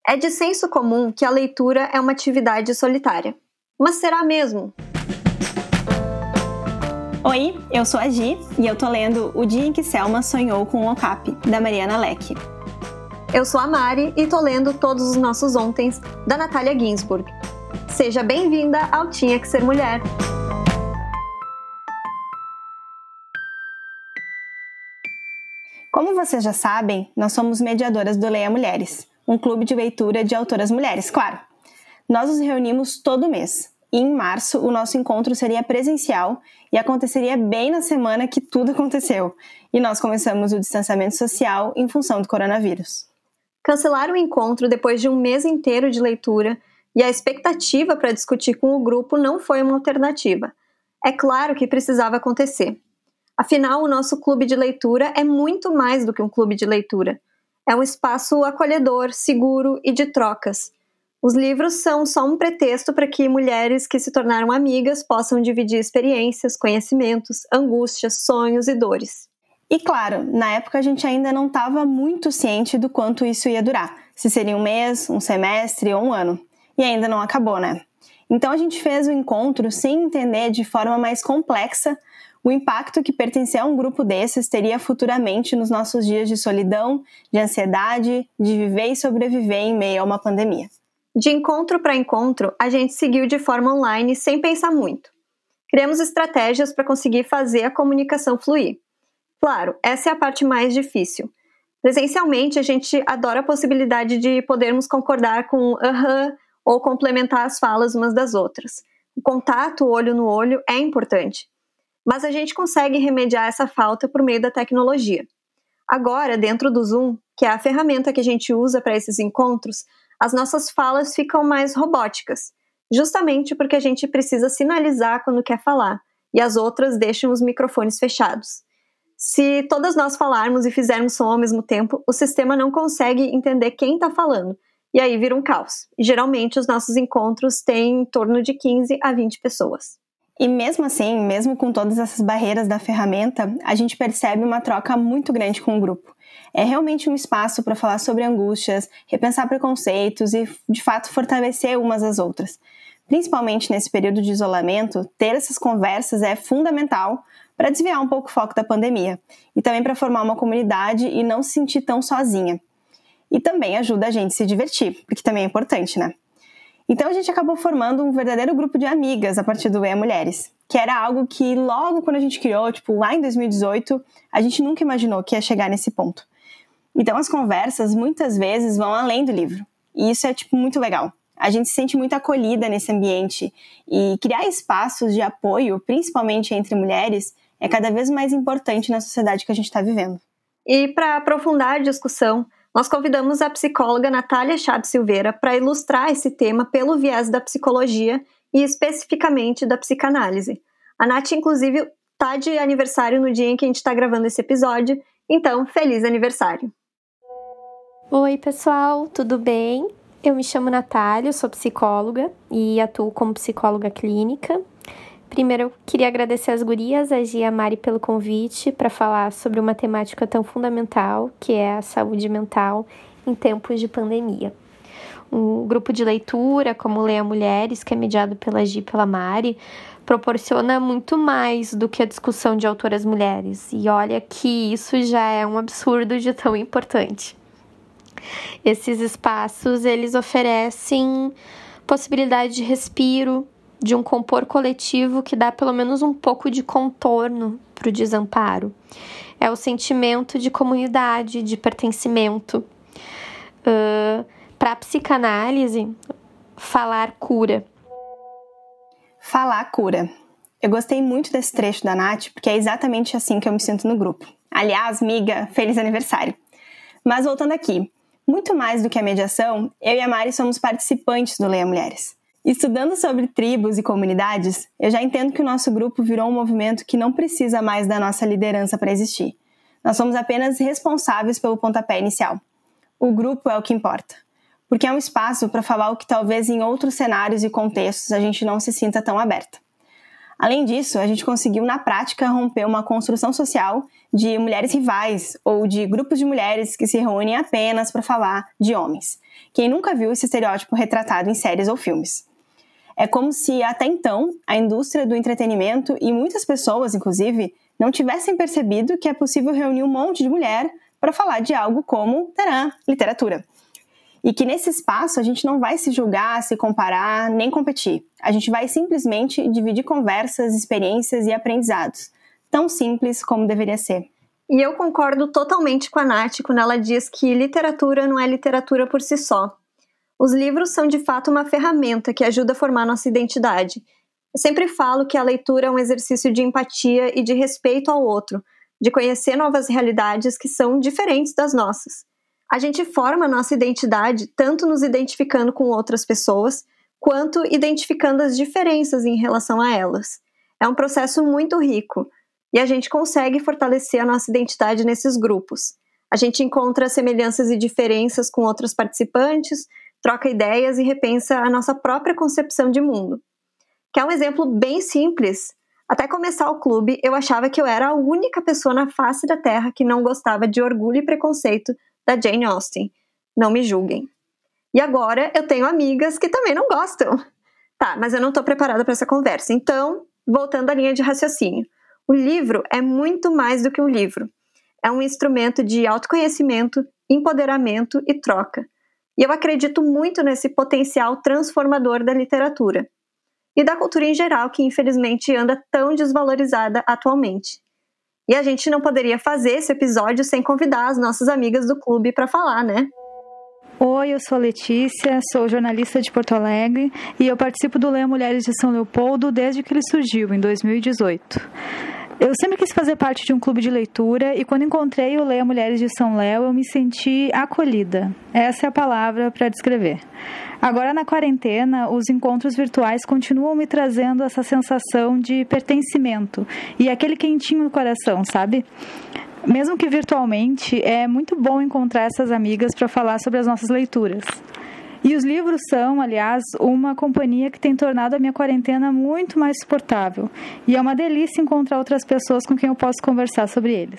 É de senso comum que a leitura é uma atividade solitária. Mas será mesmo? Oi, eu sou a Gi e eu tô lendo O Dia em que Selma Sonhou com o Okapi, da Mariana Leque. Eu sou a Mari e tô lendo Todos os Nossos Ontens, da Natalia Ginzburg. Seja bem-vinda ao Tinha que Ser Mulher. Como vocês já sabem, nós somos mediadoras do Leia Mulheres, um clube de leitura de autoras mulheres, claro. Nós nos reunimos todo mês. E em março, o nosso encontro seria presencial e aconteceria bem na semana que tudo aconteceu. E nós começamos o distanciamento social em função do coronavírus. Cancelar o encontro depois de um mês inteiro de leitura e a expectativa para discutir com o grupo não foi uma alternativa. É claro que precisava acontecer. Afinal, o nosso clube de leitura é muito mais do que um clube de leitura. É um espaço acolhedor, seguro e de trocas. Os livros são só um pretexto para que mulheres que se tornaram amigas possam dividir experiências, conhecimentos, angústias, sonhos e dores. E claro, na época a gente ainda não estava muito ciente do quanto isso ia durar, se seria um mês, um semestre ou um ano. E ainda não acabou, né? Então a gente fez o encontro sem entender de forma mais complexa o impacto que pertencer a um grupo desses teria futuramente nos nossos dias de solidão, de ansiedade, de viver e sobreviver em meio a uma pandemia. De encontro para encontro, a gente seguiu de forma online sem pensar muito. Criamos estratégias para conseguir fazer a comunicação fluir. Claro, essa é a parte mais difícil. Presencialmente, a gente adora a possibilidade de podermos concordar com ou complementar as falas umas das outras. O contato olho no olho é importante, mas a gente consegue remediar essa falta por meio da tecnologia. Agora, dentro do Zoom, que é a ferramenta que a gente usa para esses encontros, as nossas falas ficam mais robóticas, justamente porque a gente precisa sinalizar quando quer falar, e as outras deixam os microfones fechados. Se todas nós falarmos e fizermos som ao mesmo tempo, o sistema não consegue entender quem está falando, e aí vira um caos. E geralmente os nossos encontros têm em torno de 15 a 20 pessoas. E mesmo assim, mesmo com todas essas barreiras da ferramenta, a gente percebe uma troca muito grande com o grupo. É realmente um espaço para falar sobre angústias, repensar preconceitos e, de fato, fortalecer umas às outras. Principalmente nesse período de isolamento, ter essas conversas é fundamental para desviar um pouco o foco da pandemia e também para formar uma comunidade e não se sentir tão sozinha. E também ajuda a gente a se divertir, porque também é importante, né? Então a gente acabou formando um verdadeiro grupo de amigas a partir do Leia Mulheres, que era algo que logo quando a gente criou, lá em 2018, a gente nunca imaginou que ia chegar nesse ponto. Então as conversas muitas vezes vão além do livro, e isso é muito legal. A gente se sente muito acolhida nesse ambiente e criar espaços de apoio, principalmente entre mulheres, é cada vez mais importante na sociedade que a gente está vivendo. E para aprofundar a discussão, nós convidamos a psicóloga Natália Chaves Silveira para ilustrar esse tema pelo viés da psicologia e especificamente da psicanálise. A Nath, inclusive, está de aniversário no dia em que a gente está gravando esse episódio, então, feliz aniversário! Oi, pessoal, tudo bem? Eu me chamo Natália, eu sou psicóloga e atuo como psicóloga clínica. Primeiro, eu queria agradecer às gurias, a Gia e a Mari, pelo convite para falar sobre uma temática tão fundamental, que é a saúde mental em tempos de pandemia. Um grupo de leitura, como Leia Mulheres, que é mediado pela Gia e pela Mari, proporciona muito mais do que a discussão de autoras mulheres. E olha que isso já é um absurdo de tão importante. Esses espaços, eles oferecem possibilidade de respiro, de um compor coletivo que dá pelo menos um pouco de contorno para o desamparo. É o sentimento de comunidade, de pertencimento. Para a psicanálise, falar cura. Falar cura. Eu gostei muito desse trecho da Nath, porque é exatamente assim que eu me sinto no grupo. Aliás, miga, feliz aniversário. Mas voltando aqui, muito mais do que a mediação, eu e a Mari somos participantes do Leia Mulheres. Estudando sobre tribos e comunidades, eu já entendo que o nosso grupo virou um movimento que não precisa mais da nossa liderança para existir. Nós somos apenas responsáveis pelo pontapé inicial. O grupo é o que importa, porque é um espaço para falar o que talvez em outros cenários e contextos a gente não se sinta tão aberta. Além disso, a gente conseguiu na prática romper uma construção social de mulheres rivais ou de grupos de mulheres que se reúnem apenas para falar de homens. Quem nunca viu esse estereótipo retratado em séries ou filmes? É como se, até então, a indústria do entretenimento e muitas pessoas, inclusive, não tivessem percebido que é possível reunir um monte de mulher para falar de algo como, literatura. E que nesse espaço a gente não vai se julgar, se comparar, nem competir. A gente vai simplesmente dividir conversas, experiências e aprendizados. Tão simples como deveria ser. E eu concordo totalmente com a Nath quando ela diz que literatura não é literatura por si só. Os livros são de fato uma ferramenta que ajuda a formar nossa identidade. Eu sempre falo que a leitura é um exercício de empatia e de respeito ao outro, de conhecer novas realidades que são diferentes das nossas. A gente forma a nossa identidade tanto nos identificando com outras pessoas, quanto identificando as diferenças em relação a elas. É um processo muito rico, e a gente consegue fortalecer a nossa identidade nesses grupos. A gente encontra semelhanças e diferenças com outros participantes, troca ideias e repensa a nossa própria concepção de mundo. Quer um exemplo bem simples? Até começar o clube, eu achava que eu era a única pessoa na face da Terra que não gostava de Orgulho e Preconceito, da Jane Austen. Não me julguem. E agora eu tenho amigas que também não gostam. Tá, mas eu não estou preparada para essa conversa. Então, voltando à linha de raciocínio. O livro é muito mais do que um livro. É um instrumento de autoconhecimento, empoderamento e troca. E eu acredito muito nesse potencial transformador da literatura. E da cultura em geral, que infelizmente anda tão desvalorizada atualmente. E a gente não poderia fazer esse episódio sem convidar as nossas amigas do clube para falar, né? Oi, eu sou a Letícia, sou jornalista de Porto Alegre e eu participo do Leia Mulheres de São Leopoldo desde que ele surgiu, em 2018. Eu sempre quis fazer parte de um clube de leitura e quando encontrei o Leia Mulheres de São Léo, eu me senti acolhida. Essa é a palavra para descrever. Agora, na quarentena, os encontros virtuais continuam me trazendo essa sensação de pertencimento e aquele quentinho no coração, sabe? Mesmo que virtualmente, é muito bom encontrar essas amigas para falar sobre as nossas leituras. E os livros são, aliás, uma companhia que tem tornado a minha quarentena muito mais suportável. E é uma delícia encontrar outras pessoas com quem eu posso conversar sobre eles.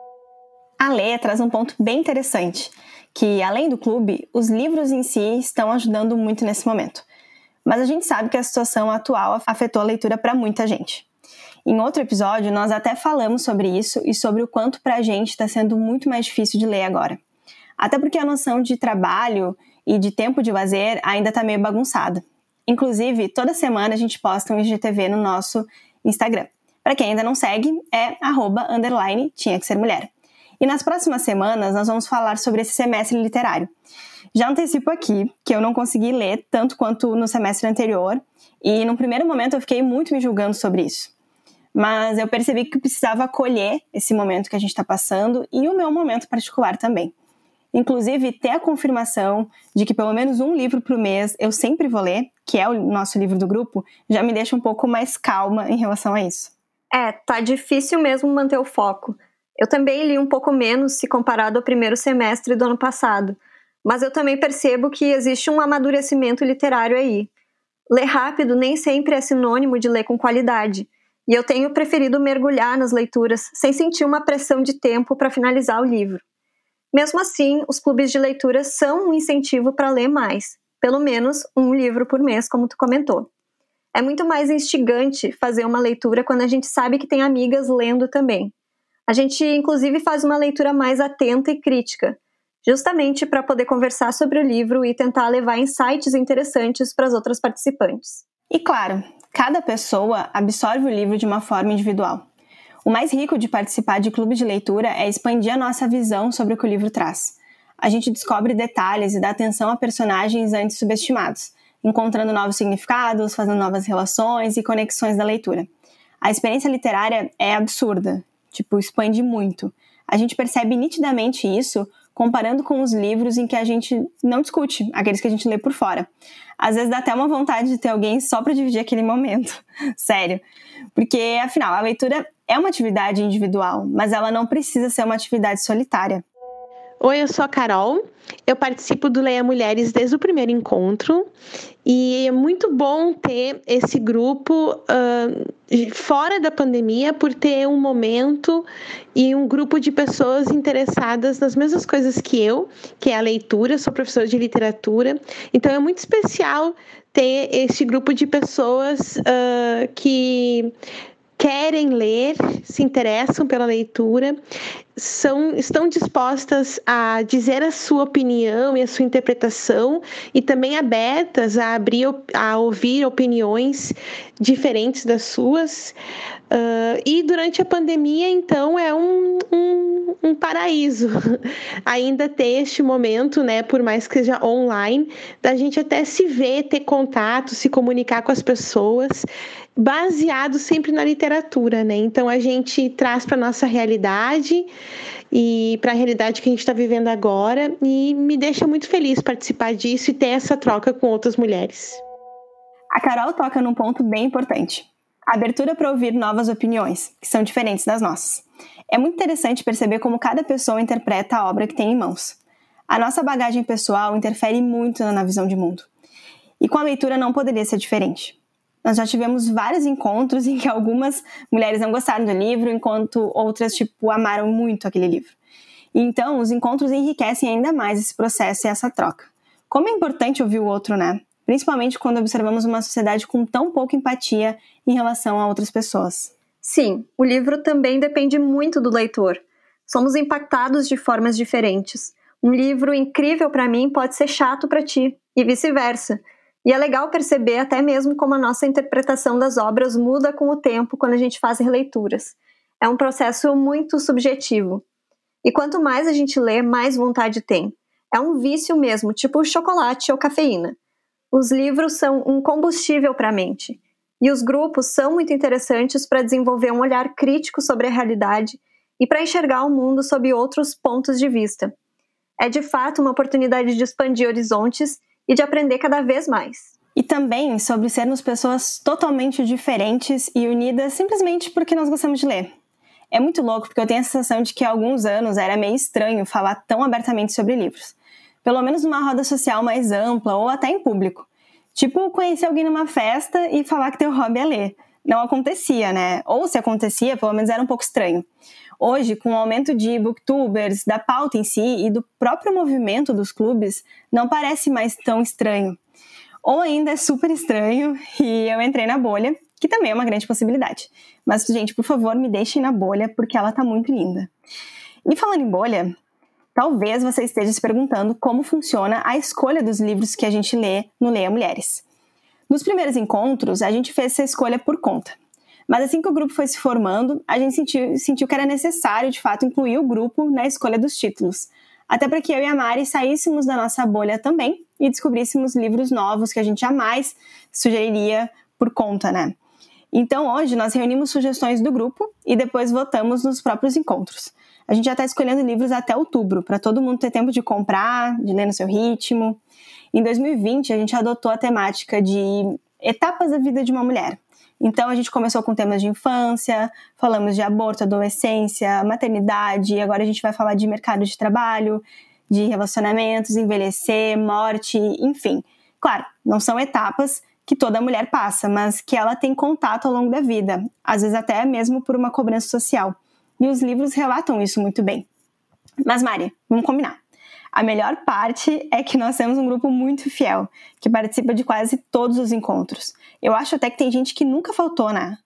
A Lê traz um ponto bem interessante, que além do clube, os livros em si estão ajudando muito nesse momento. Mas a gente sabe que a situação atual afetou a leitura para muita gente. Em outro episódio, nós até falamos sobre isso e sobre o quanto para a gente está sendo muito mais difícil de ler agora. Até porque a noção de trabalho e de tempo de lazer ainda está meio bagunçada. Inclusive, toda semana a gente posta um IGTV no nosso Instagram. Para quem ainda não segue, é @tinha que ser mulher. E nas próximas semanas nós vamos falar sobre esse semestre literário. Já antecipo aqui que eu não consegui ler tanto quanto no semestre anterior e no primeiro momento eu fiquei muito me julgando sobre isso. Mas eu percebi que eu precisava acolher esse momento que a gente está passando e o meu momento particular também. Inclusive, ter a confirmação de que pelo menos um livro por mês eu sempre vou ler, que é o nosso livro do grupo, já me deixa um pouco mais calma em relação a isso. Tá difícil mesmo manter o foco. Eu também li um pouco menos se comparado ao primeiro semestre do ano passado, mas eu também percebo que existe um amadurecimento literário aí. Ler rápido nem sempre é sinônimo de ler com qualidade, e eu tenho preferido mergulhar nas leituras sem sentir uma pressão de tempo para finalizar o livro. Mesmo assim, os clubes de leitura são um incentivo para ler mais, pelo menos um livro por mês, como tu comentou. É muito mais instigante fazer uma leitura quando a gente sabe que tem amigas lendo também. A gente, inclusive, faz uma leitura mais atenta e crítica, justamente para poder conversar sobre o livro e tentar levar insights interessantes para as outras participantes. E claro, cada pessoa absorve o livro de uma forma individual. O mais rico de participar de clube de leitura é expandir a nossa visão sobre o que o livro traz. A gente descobre detalhes e dá atenção a personagens antes subestimados, encontrando novos significados, fazendo novas relações e conexões da leitura. A experiência literária é absurda, expande muito. A gente percebe nitidamente isso comparando com os livros em que a gente não discute, aqueles que a gente lê por fora. Às vezes dá até uma vontade de ter alguém só para dividir aquele momento. Sério. Porque, afinal, a leitura é uma atividade individual, mas ela não precisa ser uma atividade solitária. Oi, eu sou a Carol, eu participo do Leia Mulheres desde o primeiro encontro e é muito bom ter esse grupo fora da pandemia por ter um momento e um grupo de pessoas interessadas nas mesmas coisas que é a leitura. Eu sou professora de literatura, então é muito especial ter esse grupo de pessoas que querem ler, se interessam pela leitura, estão dispostas a dizer a sua opinião e a sua interpretação e também abertas a ouvir opiniões diferentes das suas. E durante a pandemia, então, é um paraíso ainda ter este momento, né, por mais que seja online, da gente até se ver, ter contato, se comunicar com as pessoas, baseado sempre na literatura, né? Então a gente traz para nossa realidade e para a realidade que a gente está vivendo agora, e me deixa muito feliz participar disso e ter essa troca com outras mulheres. A Carol toca num ponto bem importante: a abertura para ouvir novas opiniões, que são diferentes das nossas. É muito interessante perceber como cada pessoa interpreta a obra que tem em mãos. A nossa bagagem pessoal interfere muito na visão de mundo. E com a leitura não poderia ser diferente. Nós já tivemos vários encontros em que algumas mulheres não gostaram do livro, enquanto outras, amaram muito aquele livro. E então, os encontros enriquecem ainda mais esse processo e essa troca. Como é importante ouvir o outro, né? Principalmente quando observamos uma sociedade com tão pouca empatia em relação a outras pessoas. Sim, o livro também depende muito do leitor. Somos impactados de formas diferentes. Um livro incrível para mim pode ser chato para ti, e vice-versa. E é legal perceber até mesmo como a nossa interpretação das obras muda com o tempo quando a gente faz releituras. É um processo muito subjetivo. E quanto mais a gente lê, mais vontade tem. É um vício mesmo, tipo chocolate ou cafeína. Os livros são um combustível para a mente. E os grupos são muito interessantes para desenvolver um olhar crítico sobre a realidade e para enxergar o mundo sob outros pontos de vista. É de fato uma oportunidade de expandir horizontes e de aprender cada vez mais. E também sobre sermos pessoas totalmente diferentes e unidas simplesmente porque nós gostamos de ler. É muito louco porque eu tenho a sensação de que há alguns anos era meio estranho falar tão abertamente sobre livros. Pelo menos numa roda social mais ampla ou até em público. Tipo, conhecer alguém numa festa e falar que teu hobby é ler. Não acontecia, né? Ou se acontecia, pelo menos era um pouco estranho. Hoje, com o aumento de booktubers, da pauta em si e do próprio movimento dos clubes, não parece mais tão estranho. Ou ainda é super estranho e eu entrei na bolha, que também é uma grande possibilidade. Mas, gente, por favor, me deixem na bolha, porque ela tá muito linda. E falando em bolha, talvez você esteja se perguntando como funciona a escolha dos livros que a gente lê no Leia Mulheres. Nos primeiros encontros, a gente fez essa escolha por conta. Mas assim que o grupo foi se formando, a gente sentiu que era necessário, de fato, incluir o grupo na escolha dos títulos. Até para que eu e a Mari saíssemos da nossa bolha também e descobríssemos livros novos que a gente jamais sugeriria por conta, né? Então, hoje, nós reunimos sugestões do grupo e depois votamos nos próprios encontros. A gente já está escolhendo livros até outubro, para todo mundo ter tempo de comprar, de ler no seu ritmo. Em 2020, a gente adotou a temática de etapas da vida de uma mulher. Então, a gente começou com temas de infância, falamos de aborto, adolescência, maternidade, agora a gente vai falar de mercado de trabalho, de relacionamentos, envelhecer, morte, enfim. Claro, não são etapas que toda mulher passa, mas que ela tem contato ao longo da vida, às vezes até mesmo por uma cobrança social. E os livros relatam isso muito bem. Mas, Mari, vamos combinar. A melhor parte é que nós temos um grupo muito fiel, que participa de quase todos os encontros. Eu acho até que tem gente que nunca faltou, né?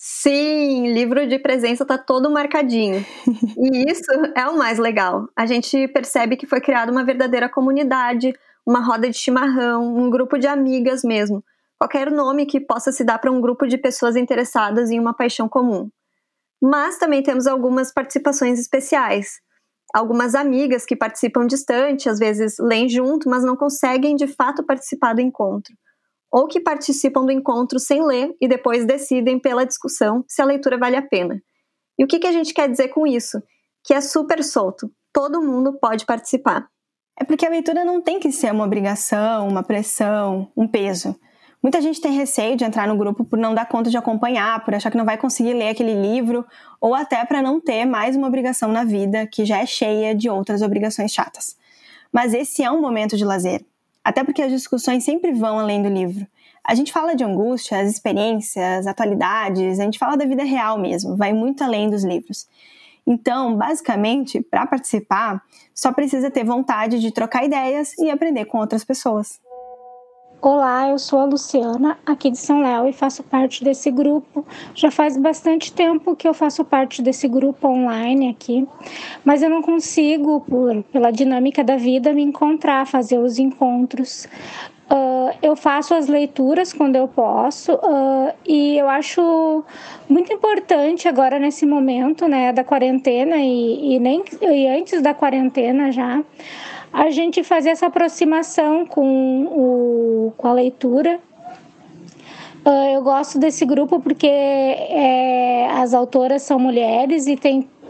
Sim, livro de presença tá todo marcadinho. E isso é o mais legal. A gente percebe que foi criada uma verdadeira comunidade, uma roda de chimarrão, um grupo de amigas mesmo. Qualquer nome que possa se dar para um grupo de pessoas interessadas em uma paixão comum. Mas também temos algumas participações especiais. Algumas amigas que participam distante, às vezes leem junto, mas não conseguem de fato participar do encontro. Ou que participam do encontro sem ler e depois decidem pela discussão se a leitura vale a pena. E o que a gente quer dizer com isso? Que é super solto. Todo mundo pode participar. É porque a leitura não tem que ser uma obrigação, uma pressão, um peso. Muita gente tem receio de entrar no grupo por não dar conta de acompanhar, por achar que não vai conseguir ler aquele livro, ou até para não ter mais uma obrigação na vida que já é cheia de outras obrigações chatas. Mas esse é um momento de lazer, até porque as discussões sempre vão além do livro. A gente fala de angústias, experiências, atualidades, a gente fala da vida real mesmo, vai muito além dos livros. Então, basicamente, para participar, só precisa ter vontade de trocar ideias e aprender com outras pessoas. Olá, eu sou a Luciana, aqui de São Léo, e faço parte desse grupo. Já faz bastante tempo que eu faço parte desse grupo online aqui, mas eu não consigo, pela dinâmica da vida, me encontrar, fazer os encontros. Eu faço as leituras quando eu posso, e eu acho muito importante agora nesse momento, né, da quarentena e antes da quarentena já, a gente fazer essa aproximação com a leitura. Eu gosto desse grupo porque as autoras são mulheres e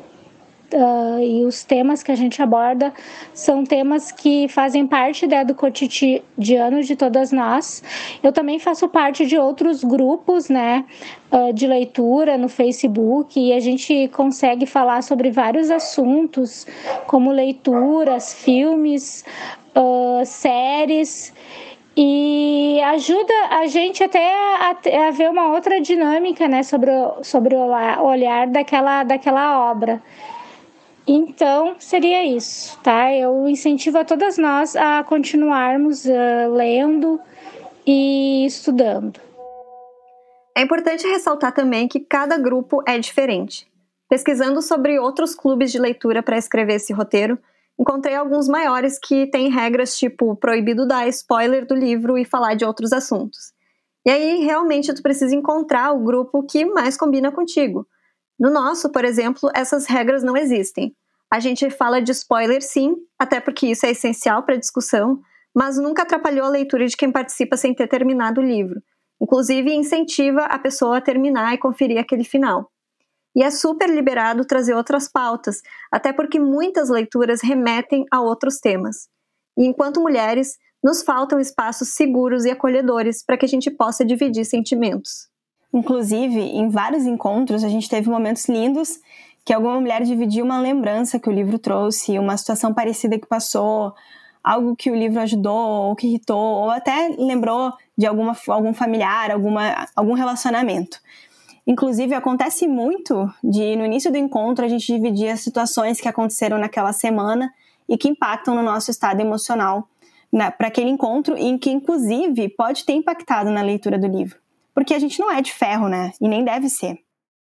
e os temas que a gente aborda são temas que fazem parte do cotidiano de todas nós. Eu também faço parte de outros grupos, né, de leitura no Facebook, e a gente consegue falar sobre vários assuntos, como leituras, filmes, séries, e ajuda a gente até a ver uma outra dinâmica, né, sobre o olhar daquela obra. Então, seria isso, tá? Eu incentivo a todas nós a continuarmos lendo e estudando. É importante ressaltar também que cada grupo é diferente. Pesquisando sobre outros clubes de leitura para escrever esse roteiro, encontrei alguns maiores que têm regras tipo proibido dar spoiler do livro e falar de outros assuntos. E aí, realmente, tu precisa encontrar o grupo que mais combina contigo. No nosso, por exemplo, essas regras não existem. A gente fala de spoiler sim, até porque isso é essencial para a discussão, mas nunca atrapalhou a leitura de quem participa sem ter terminado o livro. Inclusive, incentiva a pessoa a terminar e conferir aquele final. E é super liberado trazer outras pautas, até porque muitas leituras remetem a outros temas. E enquanto mulheres, nos faltam espaços seguros e acolhedores para que a gente possa dividir sentimentos. Inclusive, em vários encontros, a gente teve momentos lindos que alguma mulher dividiu uma lembrança que o livro trouxe, uma situação parecida que passou, algo que o livro ajudou ou que irritou, ou até lembrou de algum familiar, algum relacionamento. Inclusive, acontece muito de, no início do encontro, a gente dividir as situações que aconteceram naquela semana e que impactam no nosso estado emocional para aquele encontro e que, inclusive, pode ter impactado na leitura do livro. Porque a gente não é de ferro, né? E nem deve ser.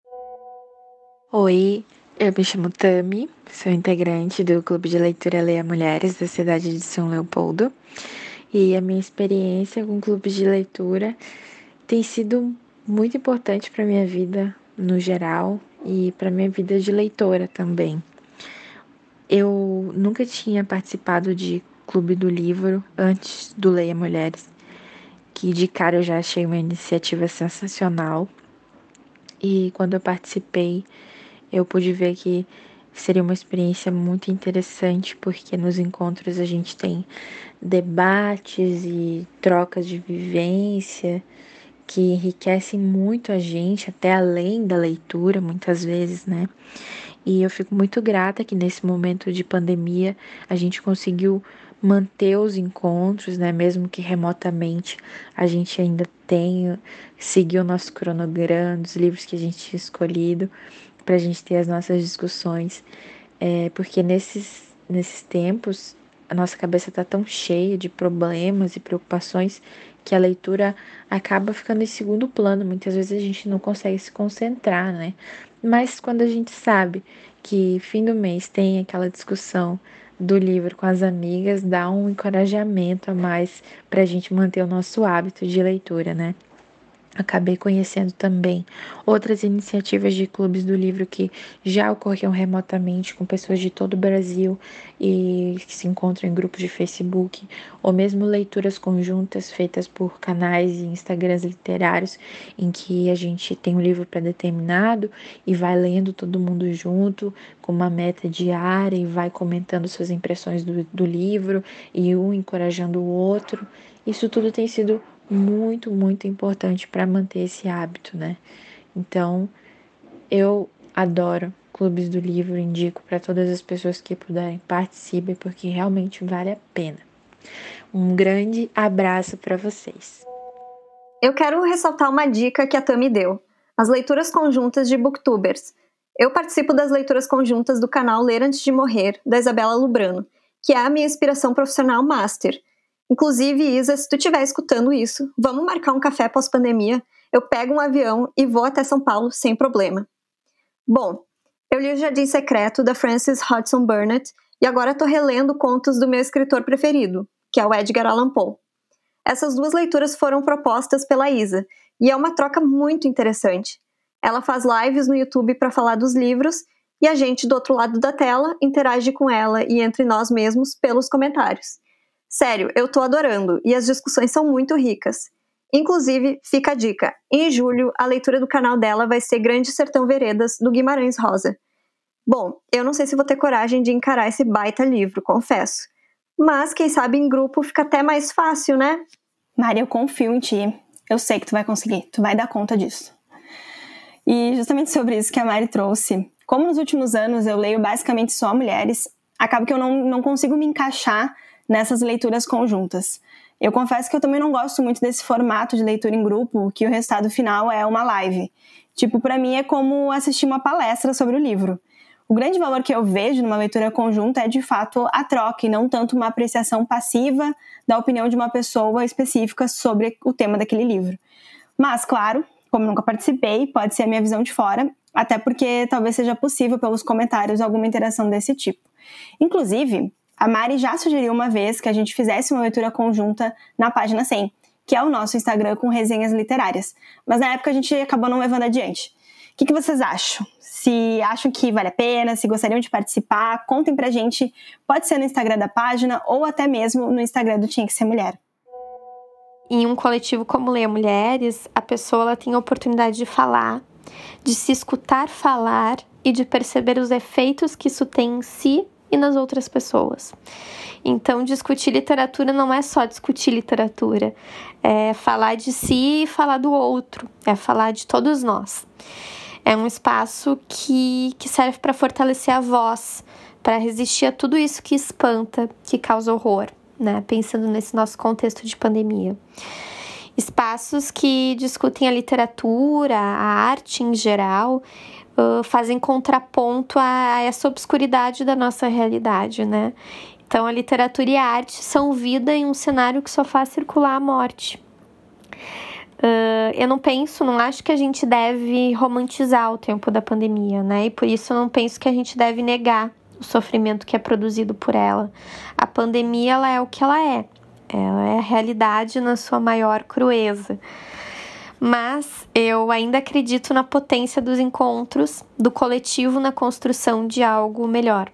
Oi, eu me chamo Tami, sou integrante do Clube de Leitura Leia Mulheres da cidade de São Leopoldo. E a minha experiência com clubes de leitura tem sido muito importante para minha vida no geral e para minha vida de leitora também. Eu nunca tinha participado de clube do livro antes do Leia Mulheres, que de cara eu já achei uma iniciativa sensacional. E quando eu participei, eu pude ver que seria uma experiência muito interessante, porque nos encontros a gente tem debates e trocas de vivência que enriquecem muito a gente, até além da leitura, muitas vezes, né? E eu fico muito grata que nesse momento de pandemia a gente conseguiu manter os encontros, né? Mesmo que remotamente a gente ainda tenha seguido o nosso cronograma dos livros que a gente tinha escolhido para a gente ter as nossas discussões, porque nesses tempos a nossa cabeça está tão cheia de problemas e preocupações que a leitura acaba ficando em segundo plano. Muitas vezes a gente não consegue se concentrar, né? Mas quando a gente sabe que fim do mês tem aquela discussão do livro com as amigas, dá um encorajamento a mais para a gente manter o nosso hábito de leitura, né? Acabei conhecendo também outras iniciativas de clubes do livro que já ocorriam remotamente com pessoas de todo o Brasil e que se encontram em grupos de Facebook, ou mesmo leituras conjuntas feitas por canais e Instagrams literários, em que a gente tem um livro pré-determinado e vai lendo todo mundo junto, com uma meta diária, e vai comentando suas impressões do livro e um encorajando o outro. Isso tudo tem sido muito, muito importante para manter esse hábito, né? Então, eu adoro clubes do livro, indico para todas as pessoas que puderem, participem, porque realmente vale a pena. Um grande abraço para vocês. Eu quero ressaltar uma dica que a Tami deu: as leituras conjuntas de booktubers. Eu participo das leituras conjuntas do canal Ler Antes de Morrer, da Isabela Lubrano, que é a minha inspiração profissional master. Inclusive, Isa, se tu estiver escutando isso, vamos marcar um café pós-pandemia, eu pego um avião e vou até São Paulo sem problema. Bom, eu li O Jardim Secreto, da Frances Hodgson Burnett, e agora estou relendo contos do meu escritor preferido, que é o Edgar Allan Poe. Essas 2 leituras foram propostas pela Isa, e é uma troca muito interessante. Ela faz lives no YouTube para falar dos livros, e a gente do outro lado da tela interage com ela e entre nós mesmos pelos comentários. Sério, eu tô adorando, e as discussões são muito ricas. Inclusive, fica a dica, em julho a leitura do canal dela vai ser Grande Sertão Veredas, do Guimarães Rosa. Bom, eu não sei se vou ter coragem de encarar esse baita livro, confesso. Mas quem sabe em grupo fica até mais fácil, né? Mari, eu confio em ti. Eu sei que tu vai conseguir, tu vai dar conta disso. E justamente sobre isso que a Mari trouxe, como nos últimos anos eu leio basicamente só mulheres, acaba que eu não consigo me encaixar nessas leituras conjuntas. Eu confesso que eu também não gosto muito desse formato de leitura em grupo, que o resultado final é uma live. Tipo, pra mim é como assistir uma palestra sobre o livro. O grande valor que eu vejo numa leitura conjunta é, de fato, a troca e não tanto uma apreciação passiva da opinião de uma pessoa específica sobre o tema daquele livro. Mas, claro, como nunca participei, pode ser a minha visão de fora, até porque talvez seja possível pelos comentários alguma interação desse tipo. Inclusive, a Mari já sugeriu uma vez que a gente fizesse uma leitura conjunta na página 100, que é o nosso Instagram com resenhas literárias. Mas na época a gente acabou não levando adiante. O que vocês acham? Se acham que vale a pena, se gostariam de participar, contem pra gente. Pode ser no Instagram da página ou até mesmo no Instagram do Tinha Que Ser Mulher. Em um coletivo como Leia Mulheres, a pessoa ela tem a oportunidade de falar, de se escutar falar e de perceber os efeitos que isso tem em si e nas outras pessoas. Então, discutir literatura não é só discutir literatura, é falar de si e falar do outro, é falar de todos nós. É um espaço que serve para fortalecer a voz, para resistir a tudo isso que espanta, que causa horror, né? Pensando nesse nosso contexto de pandemia. Espaços que discutem a literatura, a arte em geral, fazem contraponto a essa obscuridade da nossa realidade, né? Então, a literatura e a arte são vida em um cenário que só faz circular a morte. Eu não acho que a gente deve romantizar o tempo da pandemia, né? E por isso eu não penso que a gente deve negar o sofrimento que é produzido por ela. A pandemia, ela é o que ela é. Ela é a realidade na sua maior crueza. Mas eu ainda acredito na potência dos encontros, do coletivo na construção de algo melhor.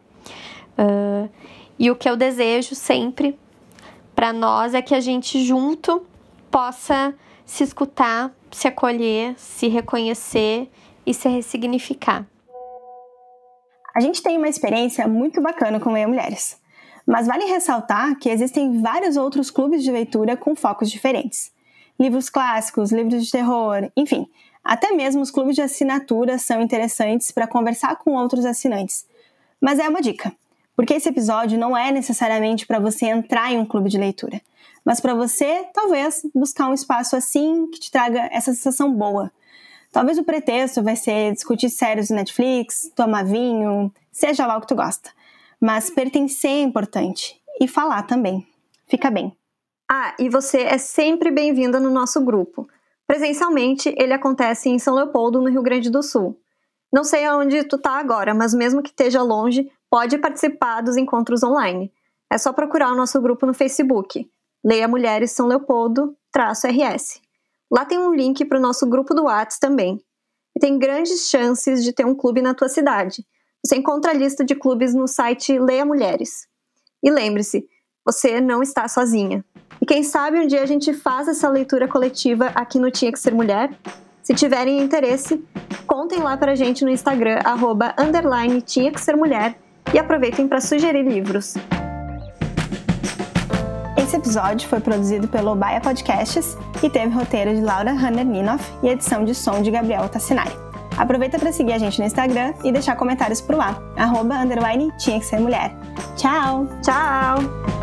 E o que eu desejo sempre para nós é que a gente junto possa se escutar, se acolher, se reconhecer e se ressignificar. A gente tem uma experiência muito bacana com Leia Mulheres, mas vale ressaltar que existem vários outros clubes de leitura com focos diferentes. Livros clássicos, livros de terror, enfim, até mesmo os clubes de assinatura são interessantes para conversar com outros assinantes. Mas é uma dica, porque esse episódio não é necessariamente para você entrar em um clube de leitura, mas para você, talvez, buscar um espaço assim que te traga essa sensação boa. Talvez o pretexto vai ser discutir séries do Netflix, tomar vinho, seja lá o que tu gosta. Mas pertencer é importante. E falar também. Fica bem. E você é sempre bem-vinda no nosso grupo. Presencialmente, ele acontece em São Leopoldo, no Rio Grande do Sul. Não sei aonde tu tá agora, mas mesmo que esteja longe, pode participar dos encontros online. É só procurar o nosso grupo no Facebook. Leia Mulheres São Leopoldo, -RS. Lá tem um link para o nosso grupo do WhatsApp também. E tem grandes chances de ter um clube na tua cidade. Você encontra a lista de clubes no site Leia Mulheres. E lembre-se, você não está sozinha. E quem sabe um dia a gente faz essa leitura coletiva aqui no Tinha Que Ser Mulher? Se tiverem interesse, contem lá pra gente no Instagram, @_Tinha Que Ser Mulher, e aproveitem para sugerir livros. Esse Esse episódio foi produzido pelo Baia Podcasts e teve roteiro de Laura Hanner-Ninoff e edição de som de Gabriel Tassinari. Aproveita para seguir a gente no Instagram e deixar comentários por lá, @_tinha que ser mulher. Tchau! Tchau!